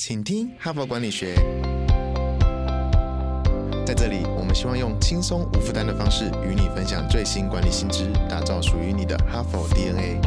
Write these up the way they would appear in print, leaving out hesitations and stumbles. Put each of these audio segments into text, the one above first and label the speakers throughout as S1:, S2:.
S1: 请听哈佛管理学。在这里，我们希望用轻松无负担的方式与你分享最新管理新知，打造属于你的哈佛 DNA。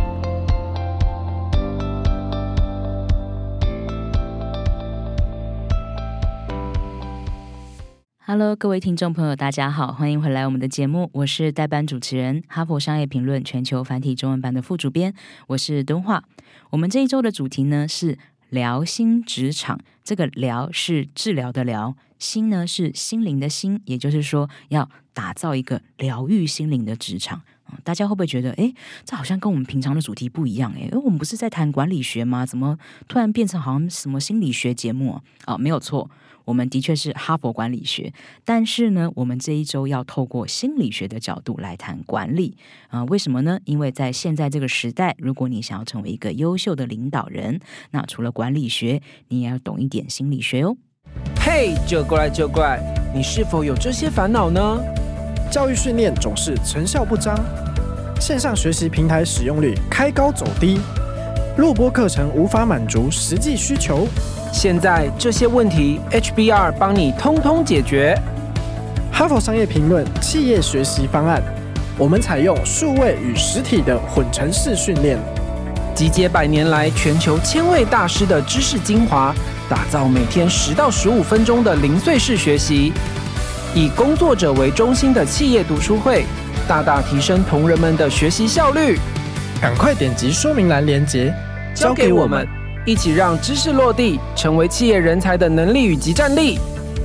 S2: Hello， 各位听众朋友，大家好，欢迎回来我们的节目，我是代班主持人，哈佛商业评论全球繁体中文版的副主编，我是敦化。我们这一周的主题呢是疗心职场，这个疗是治疗的疗，心呢是心灵的心，也就是说要打造一个疗愈心灵的职场。大家会不会觉得这好像跟我们平常的主题不一样我们不是在谈管理学吗？怎么突然变成好像什么心理学节目没有错，我们的确是哈佛管理学，但是呢我们这一周要透过心理学的角度来谈管理为什么呢？因为在现在这个时代，如果你想要成为一个优秀的领导人，那除了管理学，你也要懂一点心理学哦。
S3: 嘿，就过来就过来，你是否有这些烦恼呢？
S4: 教育训练总是成效不彰，线上学习平台使用率开高走低，录播课程无法满足实际需求。
S3: 现在这些问题 HBR 帮你通通解决。
S4: 哈佛商业评论企业学习方案，我们采用数位与实体的混成式训练，
S3: 集结100年来全球1000位大师的知识精华，打造每天10到15分钟的零碎式学习，以工作者为中心的企业读书会，大大提升同仁们的学习效率。
S4: 赶快点击说明栏连结，
S3: 交给我们，一起让知识落地，成为企业人才的能力与即战力。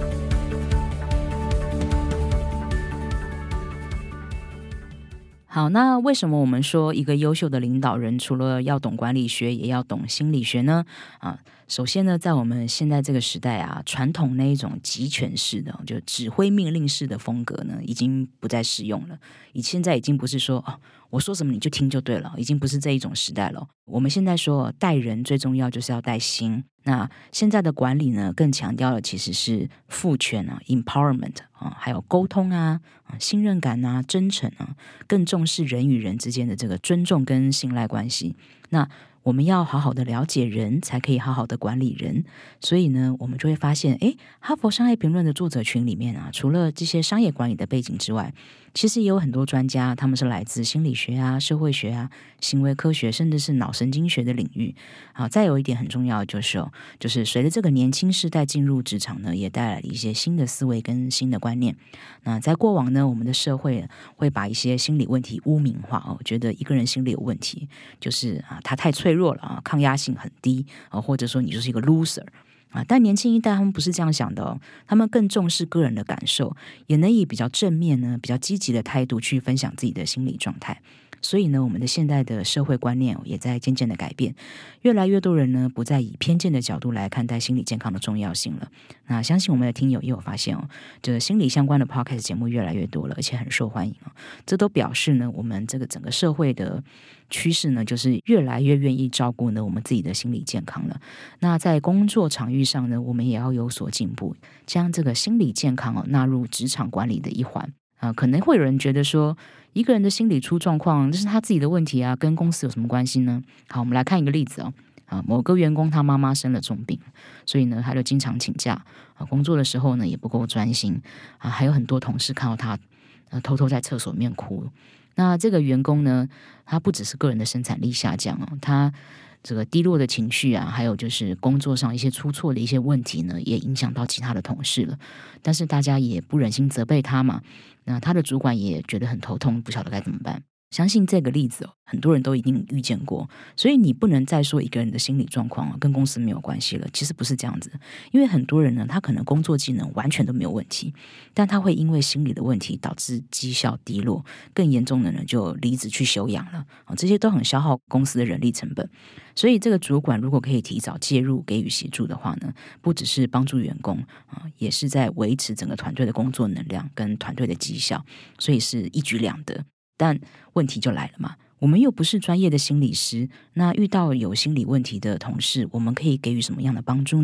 S2: 好，那为什么我们说一个优秀的领导人除了要懂管理学，也要懂心理学呢？首先呢，在我们现在这个时代传统那一种集权式的，就指挥命令式的风格呢，已经不再适用了。现在已经不是说我说什么你就听就对了，已经不是这一种时代了。我们现在说带人最重要就是要带心。那现在的管理呢，更强调的其实是赋权empowerment 还有沟通信任感真诚更重视人与人之间的这个尊重跟信赖关系。那我们要好好的了解人，才可以好好的管理人。所以呢，我们就会发现哈佛商业评论的作者群里面除了这些商业管理的背景之外，其实也有很多专家，他们是来自心理学社会学行为科学，甚至是脑神经学的领域。再有一点很重要的就是随着这个年轻世代进入职场呢，也带来了一些新的思维跟新的观念。那在过往呢，我们的社会会把一些心理问题污名化觉得一个人心理有问题就是他太脆弱了抗压性很低或者说你就是一个 loser但年轻一代他们不是这样想的他们更重视个人的感受，也能以比较正面比较积极的态度去分享自己的心理状态。所以呢，我们的现代的社会观念也在渐渐的改变，越来越多人呢不再以偏见的角度来看待心理健康的重要性了。那相信我们的听友也有发现这个心理相关的 podcast 节目越来越多了，而且很受欢迎这都表示呢，我们这个整个社会的趋势呢，就是越来越愿意照顾呢我们自己的心理健康了。那在工作场域上呢，我们也要有所进步，将这个心理健康纳入职场管理的一环。可能会有人觉得说，一个人的心理出状况，这是他自己的问题跟公司有什么关系呢？好，我们来看一个例子某个员工他妈妈生了重病，所以呢他就经常请假工作的时候呢也不够专心还有很多同事看到他偷偷在厕所里面哭。那这个员工呢，他不只是个人的生产力下降他这个低落的情绪还有就是工作上一些出错的一些问题呢，也影响到其他的同事了。但是大家也不忍心责备他嘛，那他的主管也觉得很头痛，不晓得该怎么办。相信这个例子很多人都一定遇见过，所以你不能再说一个人的心理状况跟公司没有关系了，其实不是这样子。因为很多人呢，他可能工作技能完全都没有问题，但他会因为心理的问题导致绩效低落，更严重的呢就离职去休养了这些都很消耗公司的人力成本。所以这个主管如果可以提早介入给予协助的话呢，不只是帮助员工也是在维持整个团队的工作能量跟团队的绩效，所以是一举两得。但问题就来了嘛，我们又不是专业的心理师，那遇到有心理问题的同事，我们可以给予什么样的帮助呢？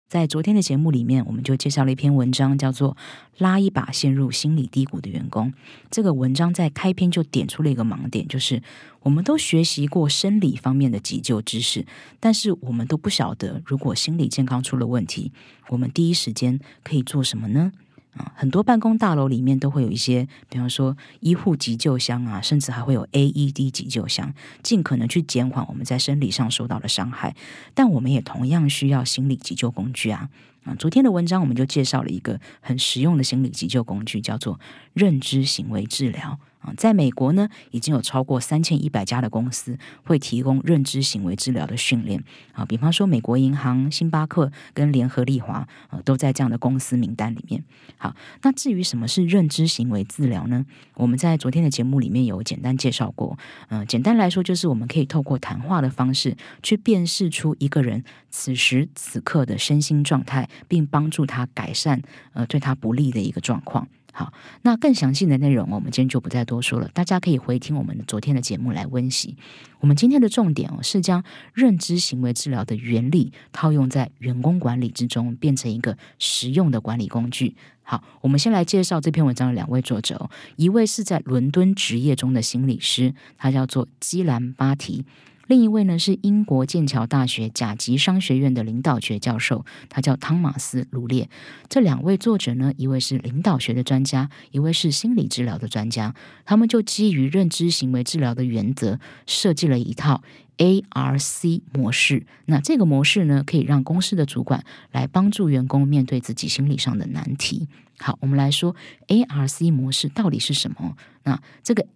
S2: 在昨天的节目里面，我们就介绍了一篇文章，叫做拉一把陷入心理低谷的员工。这个文章在开篇就点出了一个盲点，就是我们都学习过生理方面的急救知识，但是我们都不晓得，如果心理健康出了问题，我们第一时间可以做什么呢？很多办公大楼里面都会有一些，比方说医护急救箱啊，甚至还会有 AED 急救箱，尽可能去减缓我们在生理上受到的伤害。但我们也同样需要心理急救工具啊。昨天的文章我们就介绍了一个很实用的心理急救工具，叫做认知行为治疗。在美国呢，已经有超过3100家的公司会提供认知行为治疗的训练比方说美国银行、星巴克跟联合利华都在这样的公司名单里面。好，那至于什么是认知行为治疗呢？我们在昨天的节目里面有简单介绍过。简单来说，就是我们可以透过谈话的方式去辨识出一个人此时此刻的身心状态，并帮助他改善对他不利的一个状况。好，那更详细的内容我们今天就不再多说了，大家可以回听我们昨天的节目来温习。我们今天的重点是将认知行为治疗的原理套用在员工管理之中，变成一个实用的管理工具。好，我们先来介绍这篇文章的2位作者一位是在伦敦职业中的心理师，他叫做基兰巴提。另一位呢是英国剑桥大学甲级商学院的领导学教授，他叫汤马斯·卢列。这2位作者呢，一位是领导学的专家，一位是心理治疗的专家。他们就基于认知行为治疗的原则，设计了一套 ARC 模式。那这个模式呢，可以让公司的主管来帮助员工面对自己心理上的难题。好，我们来说 ARC 模式到底是什么？那这个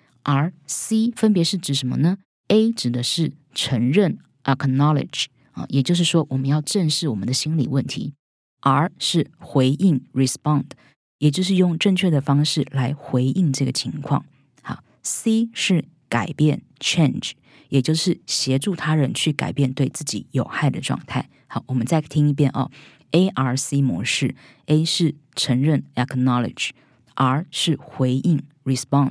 S2: ARC 分别是指什么呢？A 指的是承认 acknowledge 也就是说我们要正视我们的心理问题。 R 是回应 respond， 也就是用正确的方式来回应这个情况。好， C 是改变 change， 也就是协助他人去改变对自己有害的状态。好，我们再听一遍ARC 模式， A 是承认 acknowledge， R 是回应 respond，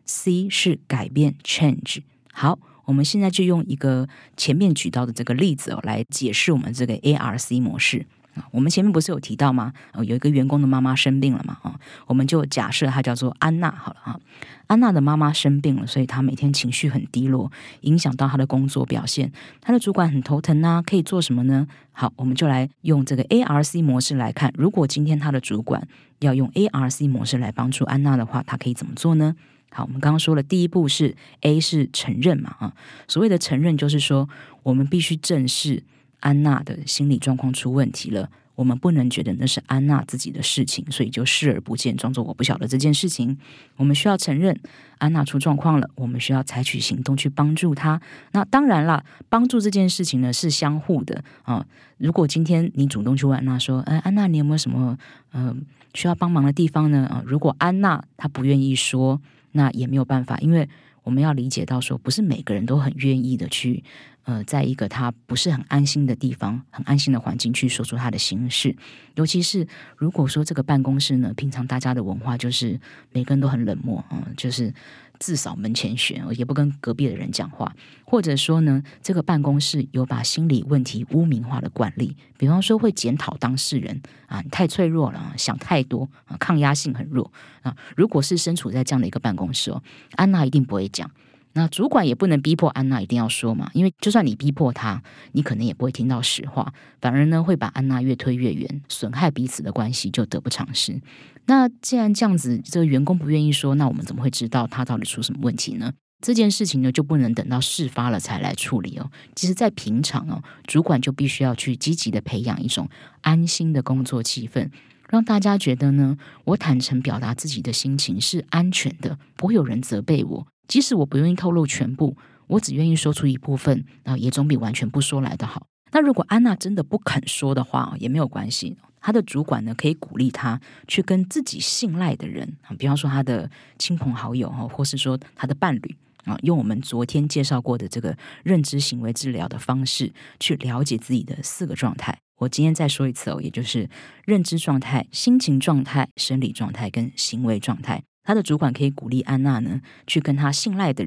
S2: C 是改变 change。 好，我们现在就用一个前面举到的这个例子来解释我们这个 ARC 模式。我们前面不是有提到吗？有一个员工的妈妈生病了嘛，我们就假设她叫做安娜好了。安娜的妈妈生病了，所以她每天情绪很低落，影响到她的工作表现。她的主管很头疼啊，可以做什么呢？好，我们就来用这个 ARC 模式来看，如果今天她的主管要用 ARC 模式来帮助安娜的话，她可以怎么做呢？好，我们刚刚说了，第一步是 A 是承认嘛，所谓的承认就是说，我们必须正视安娜的心理状况出问题了，我们不能觉得那是安娜自己的事情，所以就视而不见，装作我不晓得这件事情。我们需要承认安娜出状况了，我们需要采取行动去帮助她。那当然啦，帮助这件事情呢是相互的如果今天你主动去问安娜说，安娜你有没有什么需要帮忙的地方呢？如果安娜她不愿意说，那也没有办法，因为我们要理解到说，不是每个人都很愿意的去在一个他不是很安心的地方、很安心的环境去说出他的心事。尤其是如果说这个办公室呢，平常大家的文化就是每个人都很冷漠就是自扫门前雪，也不跟隔壁的人讲话，或者说呢，这个办公室有把心理问题污名化的惯例，比方说会检讨当事人你太脆弱了，想太多抗压性很弱如果是身处在这样的一个办公室安娜一定不会讲。那主管也不能逼迫安娜一定要说嘛，因为就算你逼迫她，你可能也不会听到实话，反而呢会把安娜越推越远，损害彼此的关系，就得不偿失。那既然这样子，这个员工不愿意说，那我们怎么会知道他到底出什么问题呢？这件事情呢就不能等到事发了才来处理其实在平常主管就必须要去积极的培养一种安心的工作气氛，让大家觉得呢，我坦诚表达自己的心情是安全的，不会有人责备我，即使我不愿意透露全部，我只愿意说出一部分也总比完全不说来的好。那如果安娜真的不肯说的话也没有关系，她的主管呢可以鼓励她去跟自己信赖的人比方说她的亲朋好友或是说她的伴侣用我们昨天介绍过的这个认知行为治疗的方式去了解自己的4个状态。我今天再说一次也就是认知状态、心情状态、生理状态跟行为状态。他的主管可以鼓励安娜呢去跟他信赖的人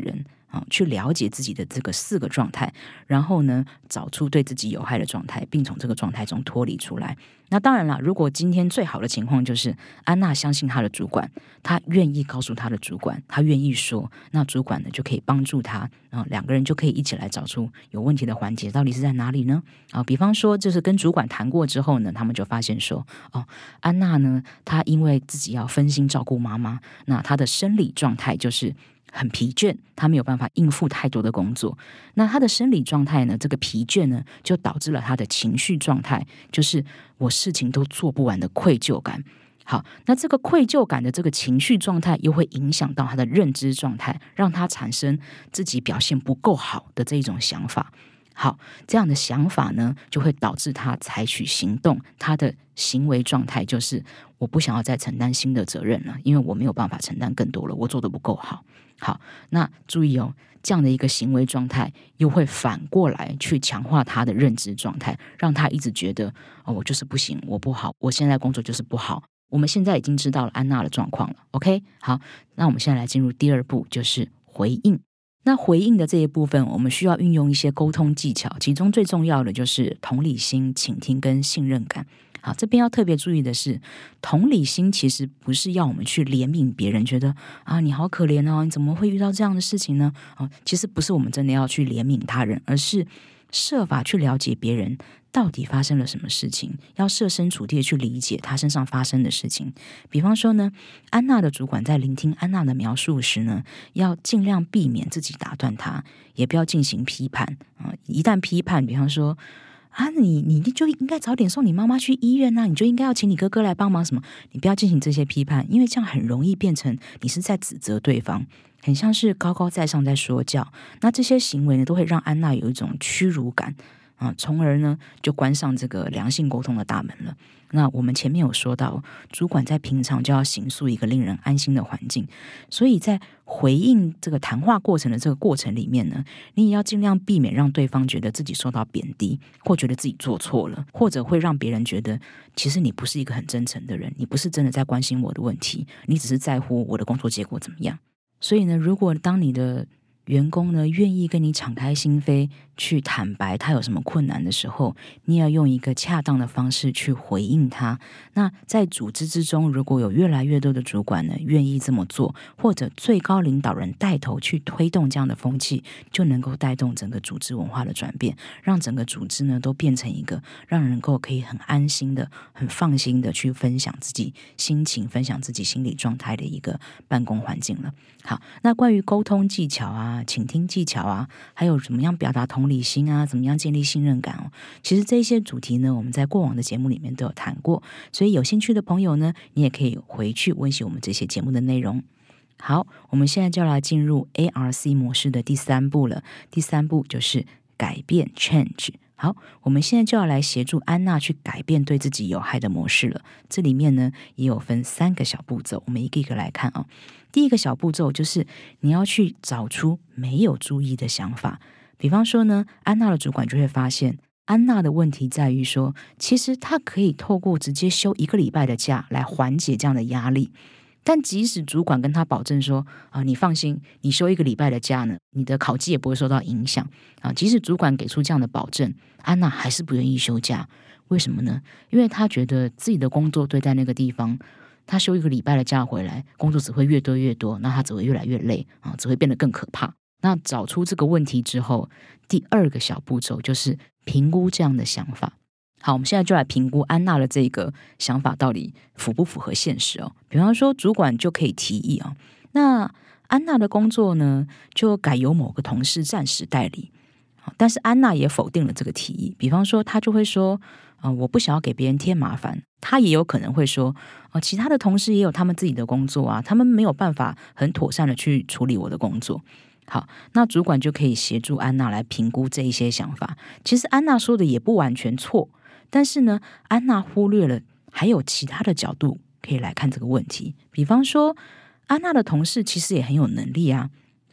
S2: 去了解自己的这个4个状态，然后呢找出对自己有害的状态，并从这个状态中脱离出来。那当然了，如果今天最好的情况就是安娜相信她的主管，她愿意告诉她的主管，她愿意说，那主管呢就可以帮助她，2个人就可以一起来找出有问题的环节到底是在哪里呢？比方说就是跟主管谈过之后呢，他们就发现说，安娜呢她因为自己要分心照顾妈妈，那她的生理状态就是很疲倦，他没有办法应付太多的工作。那他的生理状态呢，这个疲倦呢，就导致了他的情绪状态，就是我事情都做不完的愧疚感。好，那这个愧疚感的这个情绪状态，又会影响到他的认知状态，让他产生自己表现不够好的这一种想法。好，这样的想法呢，就会导致他采取行动，他的行为状态就是我不想要再承担新的责任了，因为我没有办法承担更多了，我做得不够好。好，那注意这样的一个行为状态又会反过来去强化他的认知状态，让他一直觉得我就是不行，我不好，我现在工作就是不好。我们现在已经知道了安娜的状况了 OK， 好，那我们现在来进入第2步，就是回应。那回应的这一部分，我们需要运用一些沟通技巧，其中最重要的就是同理心、倾听跟信任感。好，这边要特别注意的是，同理心其实不是要我们去怜悯别人，觉得你好可怜哦，你怎么会遇到这样的事情呢？其实不是我们真的要去怜悯他人，而是设法去了解别人到底发生了什么事情，要设身处地的去理解他身上发生的事情。比方说呢，安娜的主管在聆听安娜的描述时呢，要尽量避免自己打断他，也不要进行批判。一旦批判，比方说你就应该早点送你妈妈去医院啊，你就应该要请你哥哥来帮忙什么，你不要进行这些批判，因为这样很容易变成你是在指责对方，很像是高高在上在说教。那这些行为呢，都会让安娜有一种屈辱感从而呢就关上这个良性沟通的大门了。那我们前面有说到，主管在平常就要形塑一个令人安心的环境，所以在回应这个谈话过程的这个过程里面呢，你也要尽量避免让对方觉得自己受到贬低，或觉得自己做错了，或者会让别人觉得其实你不是一个很真诚的人，你不是真的在关心我的问题，你只是在乎我的工作结果怎么样。所以呢，如果当你的员工呢愿意跟你敞开心扉去坦白他有什么困难的时候，你也要用一个恰当的方式去回应他。那在组织之中，如果有越来越多的主管呢愿意这么做，或者最高领导人带头去推动这样的风气，就能够带动整个组织文化的转变，让整个组织呢都变成一个让人可以很安心的、很放心的去分享自己心情、分享自己心理状态的一个办公环境了。好，那关于沟通技巧啊、倾听技巧啊，还有怎么样表达同理心啊，怎么样建立信任感其实这些主题呢，我们在过往的节目里面都有谈过，所以有兴趣的朋友呢，你也可以回去温习我们这些节目的内容。好，我们现在就来进入 ARC 模式的第3步了。第3步就是改变 change。好，我们现在就要来协助安娜去改变对自己有害的模式了。这里面呢也有分3个小步骤，我们一个一个来看第一个小步骤就是你要去找出没有注意的想法。比方说呢，安娜的主管就会发现，安娜的问题在于说，其实她可以透过直接休1个礼拜的假来缓解这样的压力。但即使主管跟他保证说你放心，你休1个礼拜的假呢，你的考绩也不会受到影响即使主管给出这样的保证，安娜还是不愿意休假。为什么呢？因为她觉得自己的工作对在那个地方，她休1个礼拜的假回来，工作只会越多越多，那她只会越来越累只会变得更可怕。那找出这个问题之后，第2个小步骤就是评估这样的想法。好，我们现在就来评估安娜的这个想法到底符不符合现实比方说主管就可以提议那安娜的工作呢就改由某个同事暂时代理，但是安娜也否定了这个提议。比方说她就会说我不想要给别人添麻烦。她也有可能会说其他的同事也有他们自己的工作他们没有办法很妥善的去处理我的工作。好，那主管就可以协助安娜来评估这一些想法。其实安娜说的也不完全错，但是呢，安娜忽略了还有其他的角度可以来看这个问题。比方说，安娜的同事其实也很有能力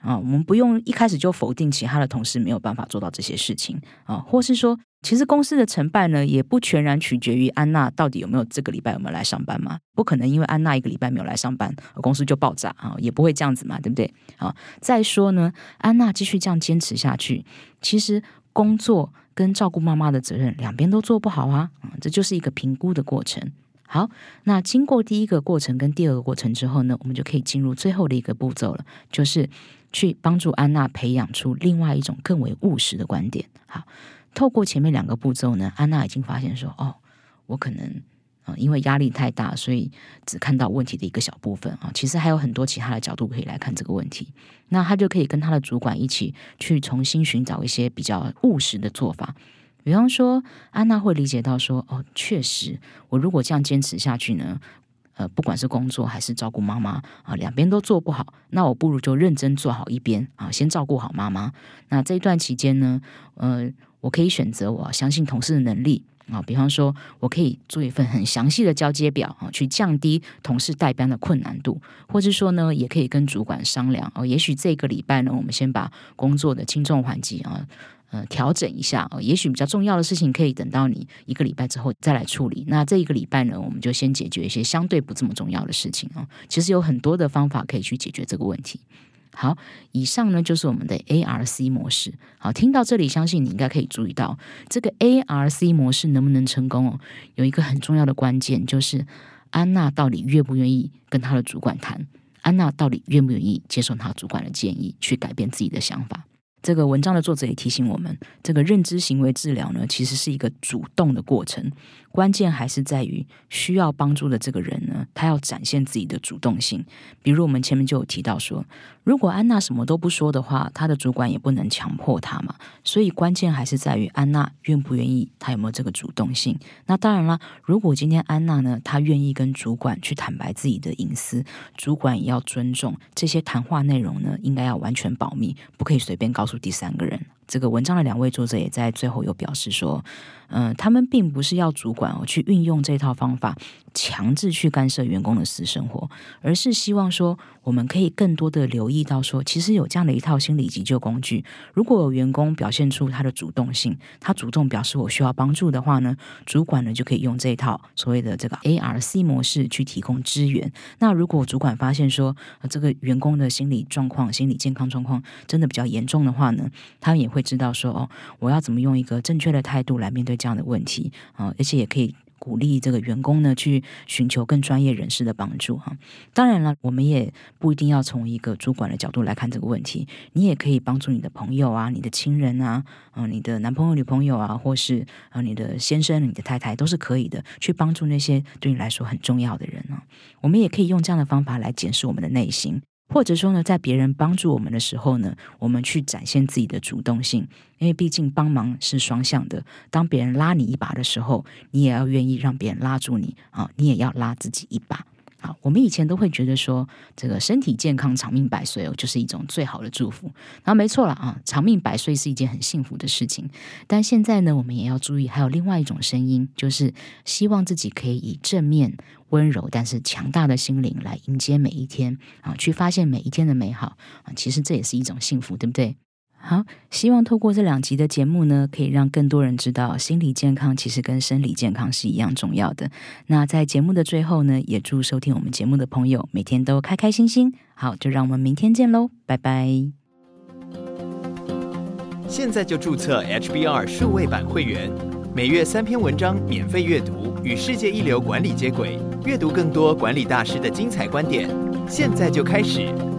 S2: 我们不用一开始就否定其他的同事没有办法做到这些事情或是说其实公司的成败呢也不全然取决于安娜到底有没有这个礼拜有没有来上班嘛，不可能因为安娜一个礼拜没有来上班公司就爆炸也不会这样子嘛，对不对再说呢，安娜继续这样坚持下去，其实工作跟照顾妈妈的责任两边都做不好这就是一个评估的过程。好，那经过第一个过程跟第二个过程之后呢，我们就可以进入最后的一个步骤了，就是去帮助安娜培养出另外一种更为务实的观点。好，透过前面2个步骤呢，安娜已经发现说我可能因为压力太大，所以只看到问题的一个小部分其实还有很多其他的角度可以来看这个问题。那她就可以跟她的主管一起去重新寻找一些比较务实的做法。比方说安娜会理解到说确实我如果这样坚持下去呢不管是工作还是照顾妈妈两边都做不好，那我不如就认真做好一边先照顾好妈妈。那这一段期间呢我可以选择我相信同事的能力比方说我可以做一份很详细的交接表去降低同事代班的困难度，或者说呢也可以跟主管商量也许这个礼拜呢我们先把工作的轻重缓急调整一下也许比较重要的事情可以等到你1个礼拜之后再来处理，那这1个礼拜呢我们就先解决一些相对不这么重要的事情其实有很多的方法可以去解决这个问题。好，以上呢就是我们的 ARC 模式。好，听到这里相信你应该可以注意到这个 ARC 模式能不能成功有一个很重要的关键，就是安娜到底愿不愿意跟她的主管谈，安娜到底愿不愿意接受她主管的建议去改变自己的想法。这个文章的作者也提醒我们，这个认知行为治疗呢其实是一个主动的过程，关键还是在于需要帮助的这个人呢他要展现自己的主动性。比如我们前面就有提到说，如果安娜什么都不说的话，她的主管也不能强迫她嘛，所以关键还是在于安娜愿不愿意，她有没有这个主动性。那当然啦，如果今天安娜呢她愿意跟主管去坦白自己的隐私，主管也要尊重，这些谈话内容呢应该要完全保密，不可以随便告诉第3个人。这个文章的2位作者也在最后有表示说他们并不是要主管去运用这套方法强制去干涉员工的私生活，而是希望说我们可以更多的留意到说，其实有这样的一套心理急救工具，如果有员工表现出他的主动性，他主动表示我需要帮助的话呢，主管呢就可以用这一套所谓的这个 ARC 模式去提供支援。那如果主管发现说这个员工的心理状况、心理健康状况真的比较严重的话呢，他们也会知道说我要怎么用一个正确的态度来面对这样的问题而且也可以鼓励这个员工呢去寻求更专业人士的帮助当然了，我们也不一定要从一个主管的角度来看这个问题，你也可以帮助你的朋友你的亲人你的男朋友女朋友或是你的先生你的太太都是可以的，去帮助那些对你来说很重要的人我们也可以用这样的方法来检视我们的内心，或者说呢在别人帮助我们的时候呢，我们去展现自己的主动性，因为毕竟帮忙是双向的，当别人拉你一把的时候，你也要愿意让别人拉住你你也要拉自己一把。好，我们以前都会觉得说这个身体健康长命百岁就是一种最好的祝福，然后没错了长命百岁是一件很幸福的事情，但现在呢我们也要注意还有另外一种声音，就是希望自己可以以正面温柔但是强大的心灵来迎接每一天去发现每一天的美好其实这也是一种幸福，对不对？好，希望透过这2集的节目呢，可以让更多人知道心理健康其实跟生理健康是一样重要的。那在节目的最后呢，也祝收听我们节目的朋友每天都开开心心。好，就让我们明天见咯，拜拜。
S5: 现在就注册 HBR 数位版会员，每月3篇文章免费阅读，与世界一流管理接轨，阅读更多管理大师的精彩观点。现在就开始。